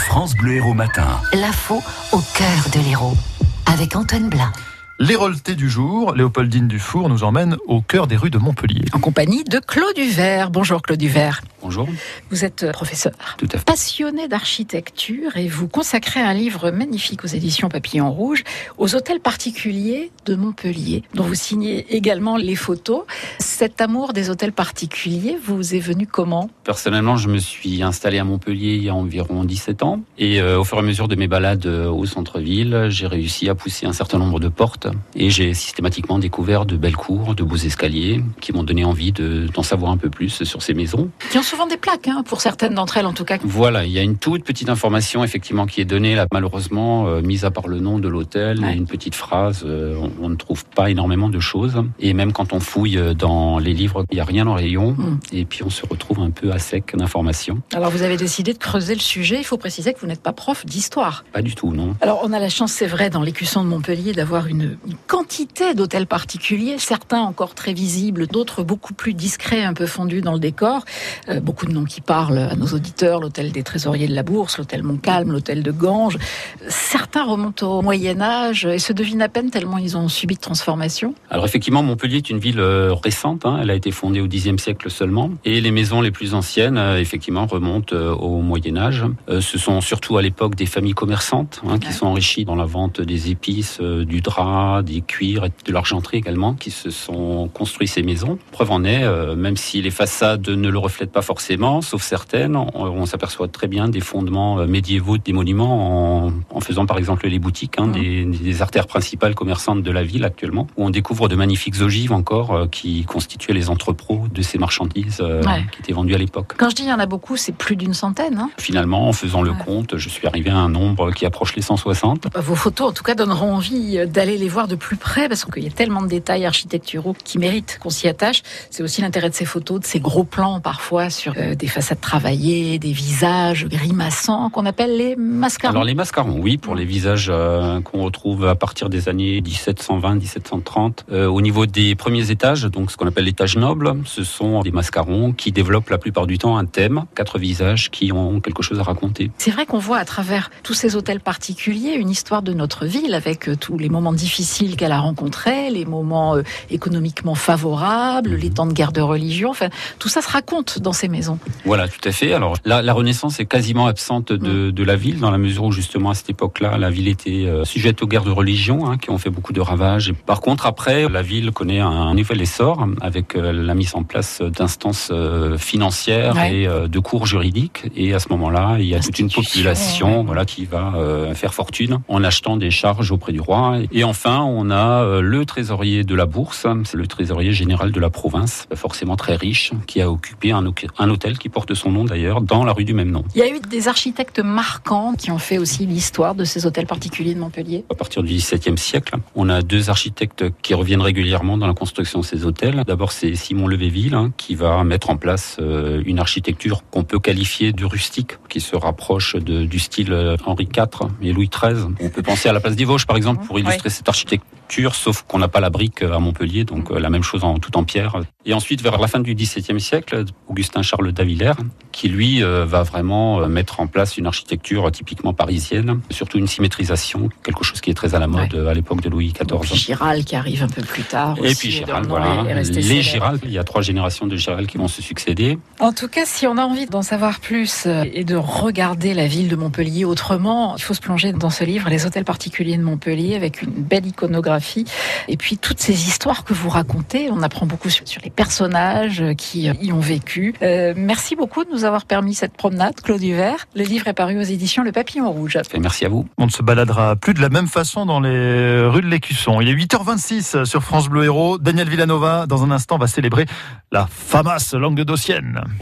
France Bleu Héros Matin. L'info au cœur de l'Hérault, avec Antoine Blin. L'Hérolleté du jour, Léopoldine Dufour nous emmène au cœur des rues de Montpellier. En compagnie de Claude Duvert. Bonjour Claude Duvert. Bonjour. Vous êtes professeur, Tout à fait. passionné d'architecture et vous consacrez un livre magnifique aux éditions Papillon Rouge aux hôtels particuliers de Montpellier, dont vous signez également les photos. Cet amour des hôtels particuliers vous est venu comment ? Personnellement, je me suis installé à Montpellier il y a environ 17 ans et au fur et à mesure de mes balades au centre-ville, j'ai réussi à pousser un certain nombre de portes et j'ai systématiquement découvert de belles cours, de beaux escaliers qui m'ont donné envie d'en savoir un peu plus sur ces maisons. Qui ont souvent des plaques, pour certaines d'entre elles en tout cas. Voilà, il y a une toute petite information effectivement qui est donnée là, malheureusement, mise à part le nom de l'hôtel et une petite phrase, on ne trouve pas énormément de choses. Et même quand on fouille dans les livres, il n'y a rien en rayon et puis on se retrouve un peu à sec d'informations. Alors vous avez décidé de creuser le sujet, il faut préciser que vous n'êtes pas prof d'histoire. Pas du tout, non. Alors on a la chance, c'est vrai, dans l'écusson de Montpellier d'avoir une quantité d'hôtels particuliers, certains encore très visibles, d'autres beaucoup plus discrets, un peu fondus dans le décor. Beaucoup de noms qui parlent à nos auditeurs, l'hôtel des trésoriers de la Bourse, l'hôtel Montcalm, l'hôtel de Ganges. Certains remontent au Moyen-Âge et se devinent à peine tellement ils ont subi de transformation. Alors effectivement, Montpellier est une ville récente, elle a été fondée au Xe siècle seulement, et les maisons les plus anciennes, effectivement, remontent au Moyen-Âge. Ce sont surtout à l'époque des familles commerçantes qui sont enrichies dans la vente des épices, du drap, des cuirs et de l'argenterie également, qui se sont construits ces maisons. Preuve en est, même si les façades ne le reflètent pas forcément, sauf certaines, on s'aperçoit très bien des fondements médiévaux des monuments en faisant par exemple les boutiques, des artères principales commerçantes de la ville actuellement, où on découvre de magnifiques ogives encore qui constituaient les entrepôts de ces marchandises qui étaient vendues à l'époque. Quand je dis il y en a beaucoup, c'est plus d'une centaine. Finalement, en faisant le compte, je suis arrivé à un nombre qui approche les 160. Vos photos, en tout cas, donneront envie d'aller les voir de plus près, parce qu'il y a tellement de détails architecturaux qui méritent qu'on s'y attache. C'est aussi l'intérêt de ces photos, de ces gros plans parfois sur des façades travaillées, des visages grimaçants qu'on appelle les mascarons. Alors les mascarons, oui, pour les visages qu'on retrouve à partir des années 1720-1730. Au niveau des premiers étages, donc ce qu'on appelle l'étage noble, ce sont des mascarons qui développent la plupart du temps un thème, 4 visages qui ont quelque chose à raconter. C'est vrai qu'on voit à travers tous ces hôtels particuliers une histoire de notre ville avec tous les moments difficiles qu'elle a rencontrés, les moments économiquement favorables, les temps de guerre de religion, enfin tout ça se raconte dans ces maisons. Voilà, tout à fait. Alors la Renaissance est quasiment absente de la ville, dans la mesure où justement à cette époque-là, la ville était sujette aux guerres de religion qui ont fait beaucoup de ravages. Et par contre, après, la ville connaît un nouvel essor avec la mise en place d'instances financières et de cours juridiques. Et à ce moment-là, il y a toute une population qui va faire fortune en achetant des charges auprès du roi. Et enfin, on a le trésorier de la Bourse, c'est le trésorier général de la province, forcément très riche, qui a occupé un hôtel qui porte son nom d'ailleurs, dans la rue du même nom. Il y a eu des architectes marquants qui ont fait aussi l'histoire de ces hôtels particuliers de Montpellier. À partir du XVIIe siècle, on a 2 architectes qui reviennent régulièrement dans la construction de ces hôtels. D'abord, c'est Simon Levéville qui va mettre en place une architecture qu'on peut qualifier de rustique, qui se rapproche du style Henri IV et Louis XIII. On peut penser à la place des Vosges, par exemple, pour illustrer cette architecture, sauf qu'on n'a pas la brique à Montpellier, donc la même chose tout en pierre. Et ensuite, vers la fin du XVIIe siècle, Augustin Charles d'Avillers, qui lui va vraiment mettre en place une architecture typiquement parisienne, surtout une symétrisation, quelque chose qui est très à la mode à l'époque de Louis XIV. Et puis Giral qui arrive un peu plus tard aussi. Et puis Giral, voilà. Les Giral, il y a 3 générations de Giral qui vont se succéder. En tout cas, si on a envie d'en savoir plus et de regarder la ville de Montpellier autrement, il faut se plonger dans ce livre, Les hôtels particuliers de Montpellier, avec une belle iconographie. Et puis toutes ces histoires que vous racontez, on apprend beaucoup sur les personnages qui y ont vécu. Merci beaucoup de nous avoir permis cette promenade, Claude Duvert. Le livre est paru aux éditions Le Papillon Rouge. Et merci à vous. On ne se baladera plus de la même façon dans les rues de l'Écusson. Il est 8h26 sur France Bleu Héros. Daniel Villanova, dans un instant, va célébrer la fameuse Languedocienne.